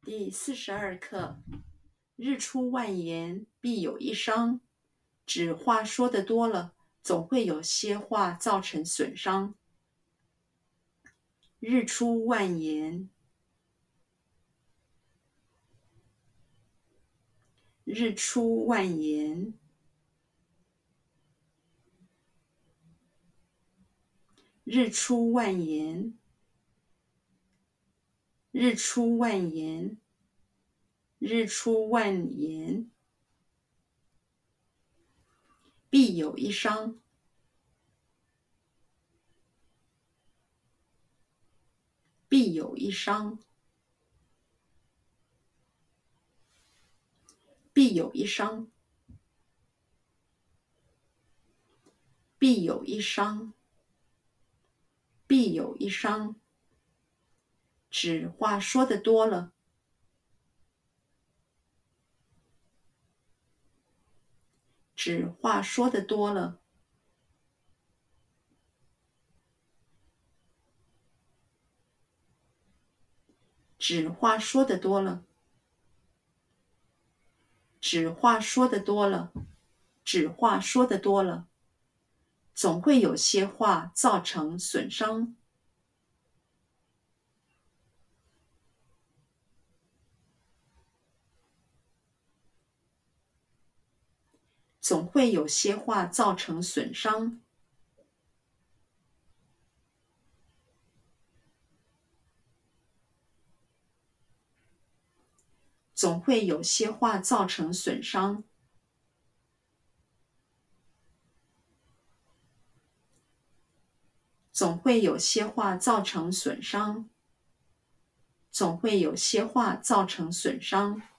第42课：日出万言，必有一伤。指话说得多了，总会有些话造成损伤。日出万言，日出万言，日出万言，日出万言，日出万言，必有一伤。必有一伤，必有一伤，必有一伤，必有一伤。指话说得多了，指话说得多了，指话说得多了，指话说得多了，指话说得多了，总会有些话造成损伤。总会有些话造成损伤。总会有些话造成损伤。总会有些话造成损伤。总会有些话造成损伤。